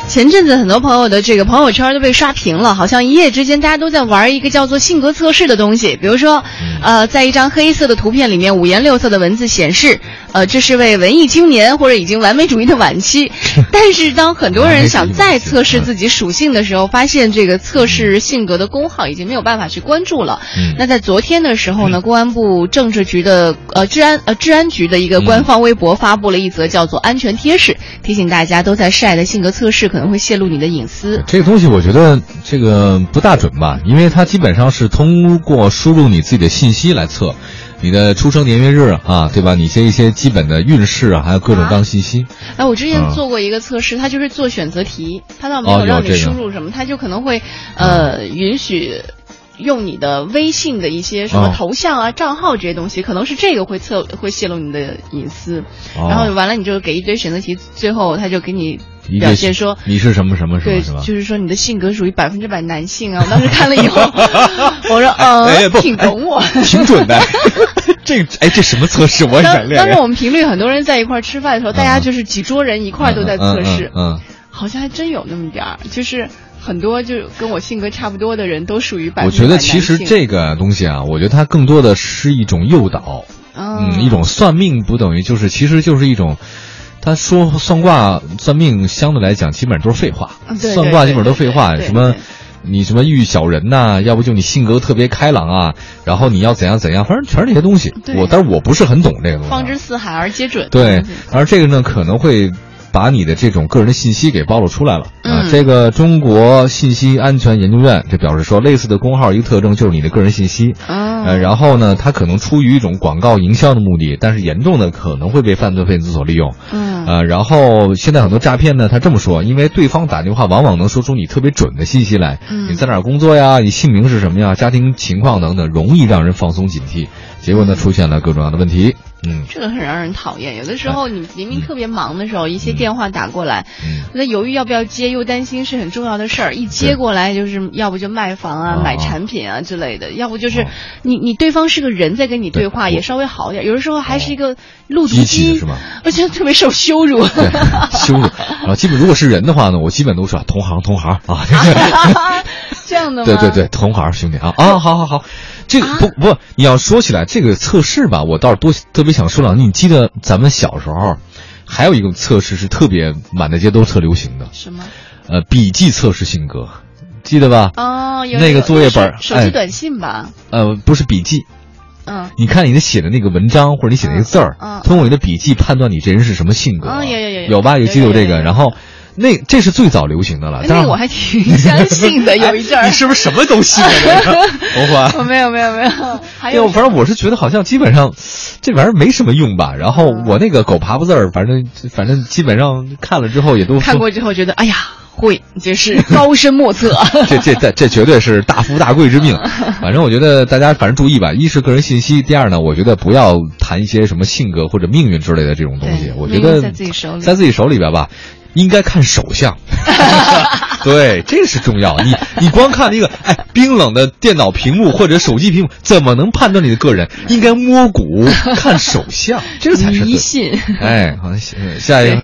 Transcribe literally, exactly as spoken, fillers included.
前阵子很多朋友的这个朋友圈都被刷屏了，好像一夜之间大家都在玩一个叫做性格测试的东西。比如说，呃，在一张黑色的图片里面，五颜六色的文字显示，呃，这是位文艺青年或者已经完美主义的晚期。但是当很多人想再测试自己属性的时候，发现这个测试性格的功号已经没有办法去关注了。嗯、那在昨天的时候呢，公安部政治局的呃治安呃治安局的一个官方微博发布了一则叫做安全贴士，提醒大家都在晒的性格测试可能会泄露你的隐私。 这个东西我觉得这个不大准吧，因为它基本上是通过输入你自己的信息来测你的出生年月日啊，对吧？你这一些基本的运势啊，还有各种各样信息。 哎、啊，我之前做过一个测试，它就是做选择题，它倒没有让你输入什么，它就可能会呃允许用你的微信的一些什么头像啊、哦、账号这些东西，可能是这个会测会泄露你的隐私。哦、然后完了你就给一堆选择题，最后他就给你表现说你是什么什么什么， 对，就是说你的性格属于百分之百男性啊。我当时看了以后，我说呃、哎，挺懂我， 挺准的。这哎，这什么测试？我也想练练。 当时我们频率很多人在一块吃饭的时候，嗯、大家就是几桌人一块都在测试， 嗯，嗯嗯好像还真有那么点儿，就是很多就跟我性格差不多的人都属于百分之百我觉得其实这个东西啊，我觉得它更多的是一种诱导， 嗯， 嗯一种算命，不等于就是，其实就是一种。他说算卦算命相对来讲基本上都是废话，算卦基本上都是废话，什么你什么遇小人呐、啊，要不就你性格特别开朗啊，然后你要怎样怎样，反正全是这些东西。我但是我不是很懂这个东西。 方知四海而皆准。 对，而这个呢可能会把你的这种个人的信息给暴露出来了、 嗯、 啊！这个中国信息安全研究院这表示说，类似的公号一个特征就是你的个人信息， 嗯、 呃，然后呢，它可能出于一种广告营销的目的，但是严重的可能会被犯罪分子所利用， 嗯， 呃，然后现在很多诈骗呢，他这么说，因为对方打电话往往能说出你特别准的信息来， 嗯， 你在哪儿工作呀，你姓名是什么呀，家庭情况等等，容易让人放松警惕，结果呢，出现了各种各样的问题。嗯， 这个很让人讨厌。有的时候你明明特别忙的时候，嗯、一些电话打过来， 嗯， 那犹豫要不要接，又担心是很重要的事儿，一接过来就是要不就卖房啊、买产品啊之类的，要不就是你你对方是个人在跟你对话，也稍微好点。有的时候还是一个录读机， 是吧？ 我觉得特别受羞辱。 对，羞辱。然后基本如果是人的话呢，我基本都说同行同行啊。 这样的吗？ 对对对，同行兄弟啊啊，好好好。这个不不，你要说起来这个测试吧，我倒是多特别想说两句。你记得咱们小时候还有一个测试是特别满大街都特流行的， 什么？ 呃，笔记测试性格，记得吧？ 哦，有那个作业本， 手机短信吧？ 哎、呃，不是笔记。 嗯， 你看你的写的那个文章或者你写的那个字儿， 嗯嗯、 通过你的笔记判断你这人是什么性格。 啊、哦，有有有有吧？有记得有这个，然后。那这是最早流行的了， 那个我还挺相信的，有一阵儿、 哎。你是不是什么都信啊？红花， 我没有没有没有，还有， 反正我是觉得好像基本上这玩意儿没什么用吧。然后我那个狗爬爬字儿，反正反正基本上看了之后也都看过之后觉得，哎呀，会这是高深莫测。 这这这这绝对是大富大贵之命。反正我觉得大家反正注意吧，一是个人信息，第二呢，我觉得不要谈一些什么性格或者命运之类的这种东西。我觉得在自己手里， 在自己手里边吧。应该看手相，对，这是重要。你你光看一个哎冰冷的电脑屏幕或者手机屏幕，怎么能判断你的个人？应该摸骨看手相，这才是迷信。 哎，好，下一个。